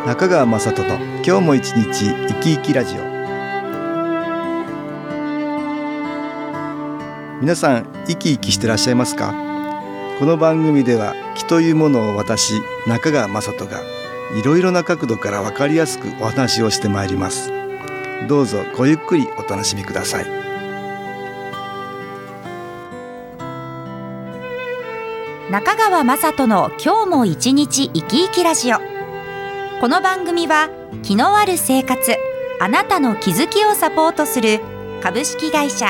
中川雅人の今日も一日生き生きラジオ。皆さん生き生きしてらっしゃいますか？この番組では気というものを私中川雅人がいろいろな角度から分かりやすくお話をしてまいります。どうぞごゆっくりお楽しみください。 中川雅人の今日も一日生き生きラジオ。この番組は気のある生活、あなたの気づきをサポートする株式会社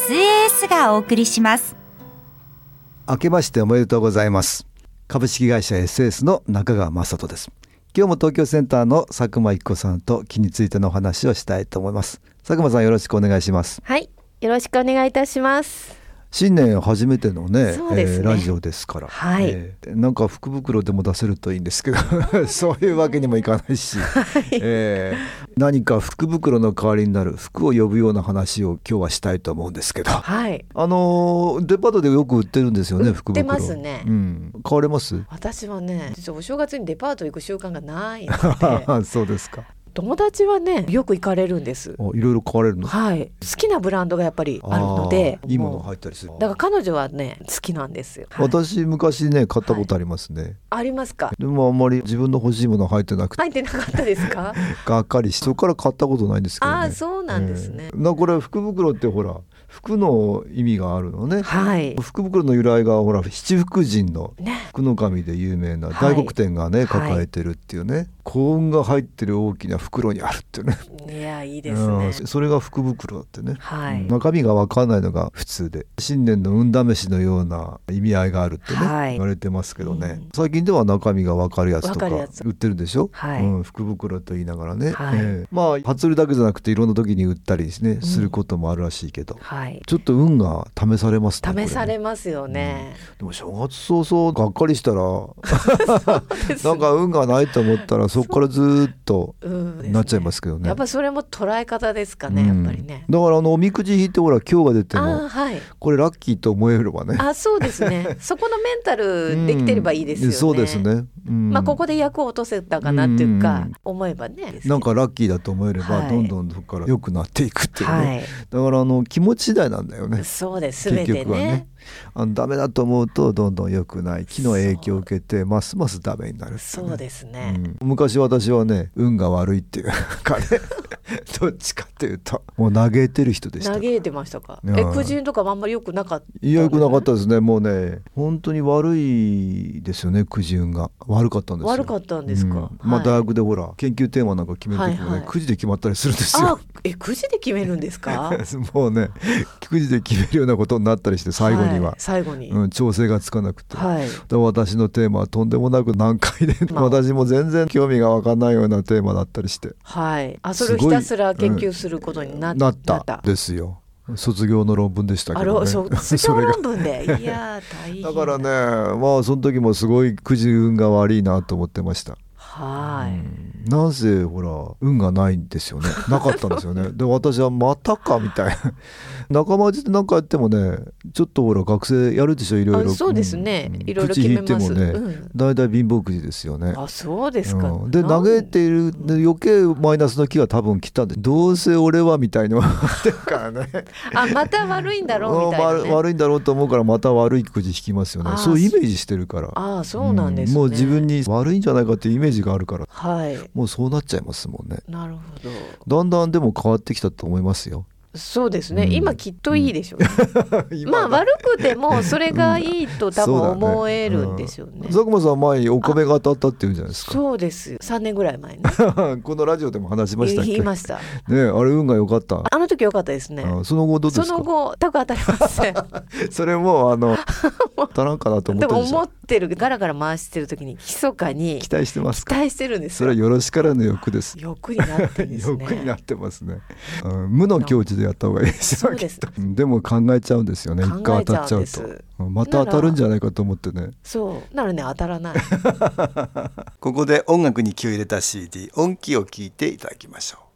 SAS がお送りします。 明けましておめでとうございます。株式会社 SAS の中川雅人です。今日も東京センターの佐久間一子さんと気についてのお話をしたいと思います。佐久間さん、よろしくお願いします。 はい、よろしくお願いいたします。 新年初めてのね、ラジオですから、 はい、 なんか福袋でも出せるといいんですけどそういうわけにもいかないし、はい、何か福袋の代わりになる服を呼ぶような話を今日はしたいと思うんですけど、 はい、 デパートでよく売ってるんですよね、福袋。 売ってますね、 買われます？ 私はね、実はお正月にデパート行く習慣がないのでそうですか。 友達はね、よく行かれるんです。 いろいろ買われるの？はい、 好きなブランドがやっぱりあるので、 いいもの入ったりする。 だから彼女はね、好きなんですよ。 私昔ね、買ったことありますね。 ありますか？ でもあんまり自分の欲しいもの入ってなくて。 入ってなかったですか？ がっかりして、そこから買ったことないんですけどね。 そうなんですね。 これ福袋ってほら、服の意味があるのね。 はい、 福袋の由来がほら、七福神の福の神で有名な大黒天がね、抱えてるっていうね、幸運が入ってる大きな袋にあるっていうね。 いや、いいですね。 それが福袋だってね、中身が分かんないのが普通で、新年の運試しのような意味合いがあるってね、言われてますけどね、最近では中身が分かるやつとか売ってるでしょ、福袋と言いながらね、初売りだけじゃなくていろんな時に売ったり、ね、することもあるらしいけど、ちょっと運が試されますね。 試されますよね、 でも正月早々がっかりしたらなんか運がないと思ったらそこからずっとなっちゃいますけどね。 やっぱそれも捉え方ですかね、やっぱりね。 だからおみくじ引いてほら今日が出ても、これラッキーと思えればね。 そうですねそこのメンタルできてればいいですよね。 そうですね、 ここで役を落とせたかなっていうか、思えばね、 なんかラッキーだと思えれば、どんどんそこから良くなっていくっていうね、だから気持ち次第なんだよね。 そうです、全てね。結局はね、 ダメだと思うとどんどん良くない、気の影響を受けてますますダメになるっていうね。 そうですね、 昔私はね、運が悪いっていうかねどっちかっていうともう嘆いてる人でした。 嘆いてましたか？くじ運とかもあんまり良くなかった、 いや、良くなかったですね。もうね、本当に悪いですよね。くじ運が悪かったんですよ。 悪かったんですか？ 大学でほら研究テーマなんか決める時もね、くじで決まったりするんですよ。 くじで決めるんですか？ もうね、くじで決めるようなことになったりして、最後に調整がつかなくて、私のテーマはとんでもなく難解で、私も全然興味が分かんないようなテーマだったりして、 それをひたすら研究することになったですよ。卒業の論文でしたけどね。 卒業論文でいや大変だからね、その時もすごいくじ運が悪いなと思ってました。なんせほら運がないんですよね。なかったんですよね。で、私はまたかみたいな仲間内で何かやってもね、ちょっとほら学生やるでしょ、いろいろ。そうですね、いろいろ決めます。くじ引いてもね、だいたい貧乏くじですよね。 そうですか。 で、嘆いている余計マイナスの気が多分来たんで、どうせ俺はみたいに思ってるからねまた悪いんだろうみたいな、ね、 悪いんだろうと思うから、また悪いくじ引きますよね。そういうイメージしてるから。 そうなんですね。 もう自分に悪いんじゃないかっていうイメージがあるから、もうそうなっちゃいますもんね。 なるほど。 だんだんでも変わってきたと思いますよ。 そうですね、今きっといいでしょうね、悪くてもそれがいいと多分思えるんですよね。 佐久間さん、前にお米が当たったって言うんじゃないですか。 そうです、3年ぐらい前にこのラジオでも話しましたっけ？ 言いましたね。 あれ運が良かった？ あの時良かったですね。 その後どうですか？ その後多分当たりませんそれも当たらんかなと思ってるでしょ。でも思ってる、ガラガラ回してる時に密かに期待してますか？ 期待してるんですよ。 それはよろしからぬ欲です。 欲になってるんですね。 欲になってますね。無の境地でやった方がいいですよ。 そうです。 でも考えちゃうんですよね。一回当たっちゃうとまた当たるんじゃないかと思ってね。 そうならね、当たらないここで音楽に気を入れた CD 音気を聞いていただきましょう。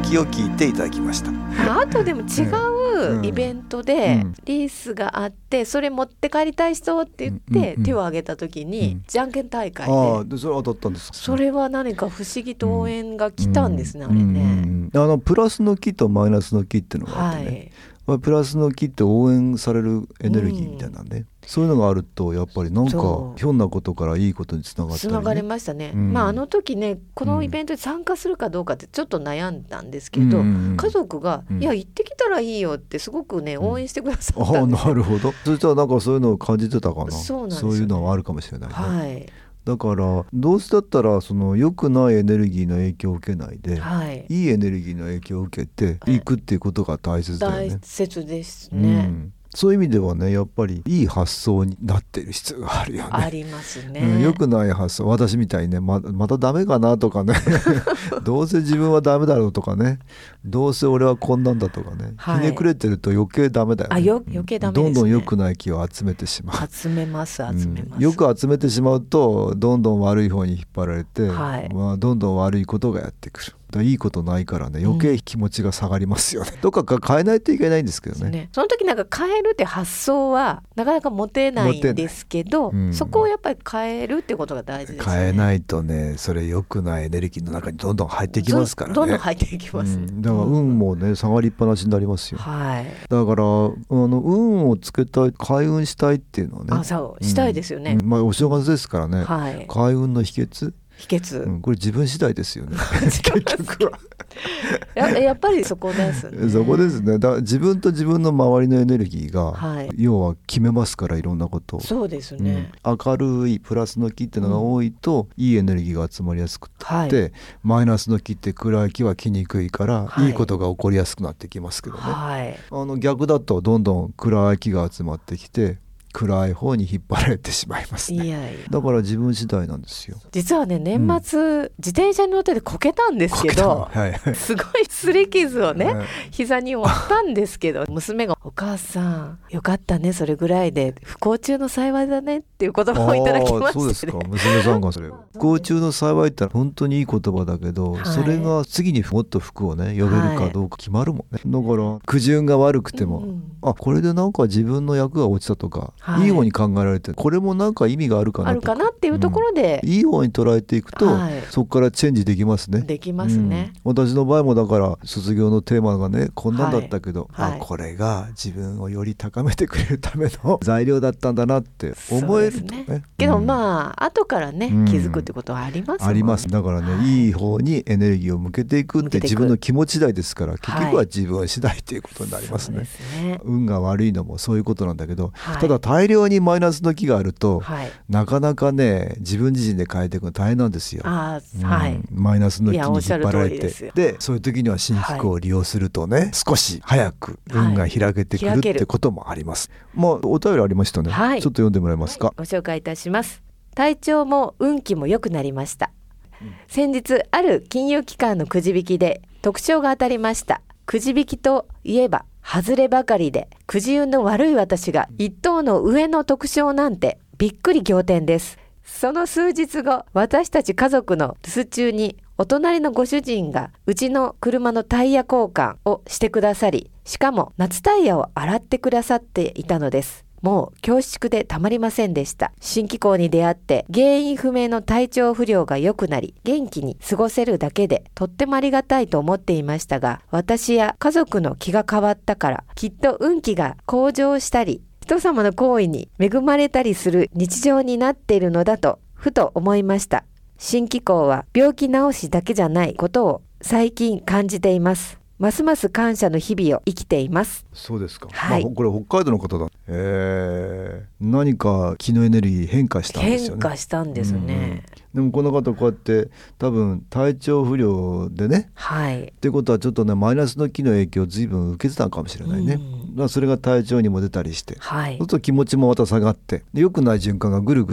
きを聞いていただきました。 あとでも違うイベントでリースがあってそれ持って帰りたい人って言って手を挙げた時にじゃんけん大会で、 それ当たったんですか。 それは何か不思議と応援が来たんですね、あれね。 プラスの木とマイナスの木っていうのがあってね、プラスの木って応援されるエネルギーみたいなね、そういうのがあるとやっぱりなんかひょんなことからいいことにつながったりね。 つながりましたね、あの時ねこのイベントに参加するかどうかってちょっと悩んだんですけど、家族が、いや行ってきたらいいよってすごくね応援してくださったんです。 なるほど。そしたらなんかそういうのを感じてたかな。 そうなんですよね。 そういうのはあるかもしれないね。だからどうせだったらその良くないエネルギーの影響を受けないで、いいエネルギーの影響を受けていくっていうことが大切だよね。 大切ですね。 そういう意味ではねやっぱりいい発想になっている必要があるよね。 ありますね。 良くない発想、私みたいにね またダメかなとかねどうせ自分はダメだろうとかね、どうせ俺はこんなんだとかね、ひねくれてると余計ダメだよね。 余計ダメですね。 どんどん良くない気を集めてしまう。 集めます。 よく集めてしまうとどんどん悪い方に引っ張られて、どんどん悪いことがやってくる。いいことないからね余計気持ちが下がりますよね。どっか変えないといけないんですけどね。 その時なんか変えるって発想はなかなか持てないんですけど、そこをやっぱり変えるってことが大事ですね。 変えないとねそれ良くないエネルギーの中にどんどん入っていきますからね。 どんどん入っていきます、 だから運もね下がりっぱなしになりますよ。だから運をつけたい、開運したいっていうのはね、 そうしたいですよね。 お正月ですからね、開運の秘訣、これ自分次第ですよね結局はやっぱりそこですね。 そこですね。だから自分と自分の周りのエネルギーが、要は決めますから、いろんなことを。 そうですね、 明るいプラスの木っていうのが多いと、いいエネルギーが集まりやすくて、マイナスの木って暗い木は来にくいから、いいことが起こりやすくなってきますけどね、逆だとどんどん暗い木が集まってきて暗い方に引っ張られてしまいますね。だから自分次第なんですよ。 実はね、年末、自転車に乗っててこけたんですけど、すごい擦り傷をね、膝に負ったんですけど、娘がお母さんよかったね、それぐらいで不幸中の幸いだねっていう言葉をいただきまして、ね、 そうですか。娘さんがそれを不幸中の幸いって本当にいい言葉だけど、それが次にもっと福をね呼べるかどうか決まるもんね。だから苦順が悪くても、これでなんか自分の役が落ちたとか、いい方に考えられて、これもなんか意味があるかなっていうところで、 いい方に捉えていくと、そこからチェンジできますね。 できますね、 私の場合もだから卒業のテーマがねこんなんだったけど、これが自分をより高めてくれるための材料だったんだなって思えるとね。 けど後からね気づくってことはありますもんね。 あります。だからね、いい方にエネルギーを向けていくって自分の気持ち次第ですから、結局は自分次第ということになりますね。運が悪いのもそういうことなんだけど、ただ大量にマイナスの気があると、なかなかね自分自身で変えていくの大変なんですよ。マイナスの気に引っ張られて、でそういう時には新福を利用するとね、少し早く運が開けてくるってこともあります。お便りありましたね、ちょっと読んでもらえますか。 ご紹介いたします。体調も運気も良くなりました。先日ある金融機関のくじ引きで特賞が当たりました。くじ引きといえば外ればかりで、くじ運の悪い私が一等の上の特賞なんてびっくり仰天です。その数日後、私たち家族の留守中にお隣のご主人がうちの車のタイヤ交換をしてくださり、しかも夏タイヤを洗ってくださっていたのです。もう恐縮でたまりませんでした。新機構に出会って原因不明の体調不良が良くなり、元気に過ごせるだけでとってもありがたいと思っていましたが、私や家族の気が変わったから、きっと運気が向上したり、人様の行為に恵まれたりする日常になっているのだとふと思いました。新機構は病気治しだけじゃないことを最近感じています。ますます感謝の日々を生きています。 そうですか、これ北海道の方だ。何か気のエネルギー変化したんですよね。 変化したんですね、 でもこの方こうやって多分体調不良でね、っていうことはちょっとねマイナスの気の影響を随分受けてたのかもしれないね、だからそれが体調にも出たりして、そうすると気持ちもまた下がって、良くない循環がぐるぐる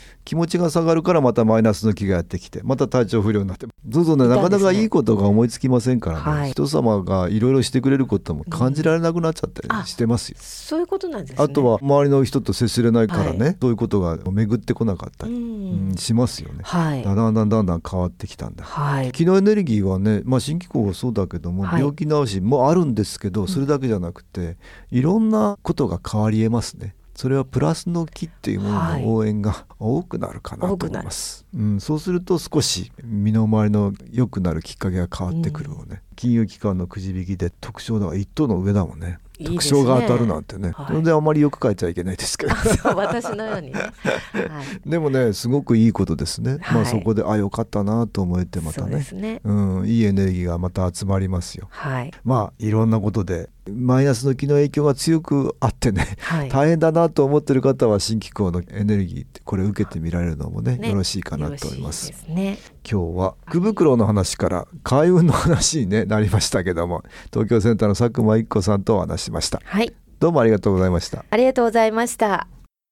気持ちが下がるからまたマイナスの気がやってきて、また体調不良になって、どうぞね、なかなかいいことが思いつきませんからね、人様がいろいろしてくれることも感じられなくなっちゃったりしてますよ。 そういうことなんですね。 あとは周りの人と接しれないからね、そういうことが巡ってこなかったり、しますよね。だんだん変わってきたんだ。気のエネルギーはね、新機構もそうだけども、病気治しもあるんですけど、それだけじゃなくていろんなことが変わり得ますね。それはプラスの気っていうものの応援が多くなるかなと思います、そうすると少し身の回りの良くなるきっかけが変わってくるのね、金融機関のくじ引きで特賞だから1等の上だもんね。特賞が当たるなんてね、それであまりよく書いちゃいけないですけどそう私のようにね、 でもねすごくいいことですね、そこでよかったなと思えてまたね、いいエネルギーがまた集まりますよ。いろんなことでマイナスの気の影響が強くあってね、大変だなと思ってる方は新機構のエネルギーってこれ受けてみられるのもね、よろしいかなと思います。今日は福袋の話から開運の話に、なりましたけども、東京センターの佐久間一子さんとお話しました。どうもありがとうございました。 ありがとうございました。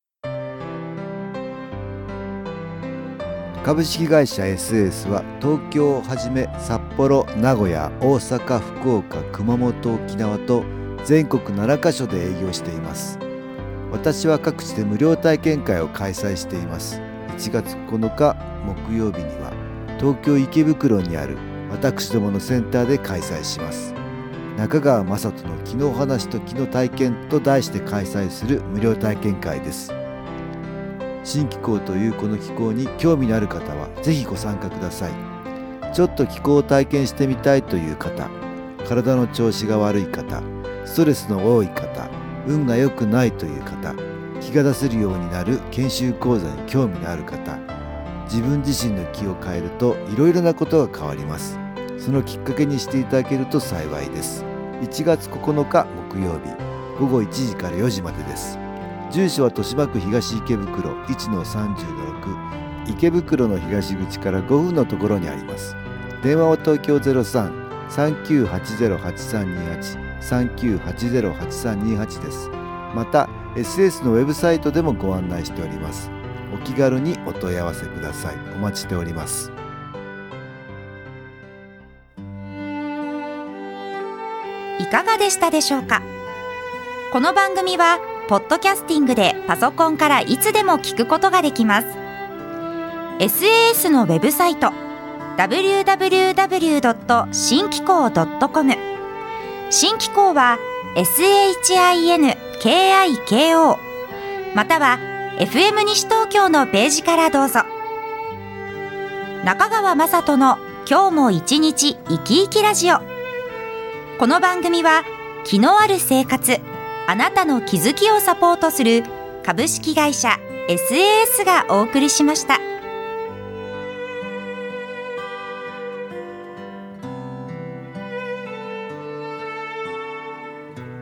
株式会社 SS は東京をはじめ札幌、名古屋、大阪、福岡、熊本、沖縄と全国7カ所で営業しています。私は各地で無料体験会を開催しています。1月9日木曜日には東京池袋にある私どものセンターで開催します。中川雅人の気の話と気の体験と題して開催する無料体験会です。新気候というこの気候に興味のある方はぜひご参加ください。ちょっと気候を体験してみたいという方、体の調子が悪い方、ストレスの多い方、運が良くないという方、気が出せるようになる研修講座に興味のある方、自分自身の気を変えるといろいろなことが変わります。そのきっかけにしていただけると幸いです。1月9日木曜日午後1時から4時までです。住所は豊島区東池袋 1-30-6、 池袋の東口から5分のところにあります。電話は東京 03-3980-8328 3980-8328 です。また SS のウェブサイトでもご案内しております。お気軽にお問い合わせください。お待ちしております。 いかがでしたでしょうか。この番組はポッドキャスティングでパソコンからいつでも聞くことができます。 SAS のウェブサイト www.新機構 .com、 新機構は SHINKIKO、 または FM 西東京のページからどうぞ。中川雅人の今日も一日生き生きラジオ。この番組は気のある生活、あなたの気づきをサポートする株式会社 SAS がお送りしました。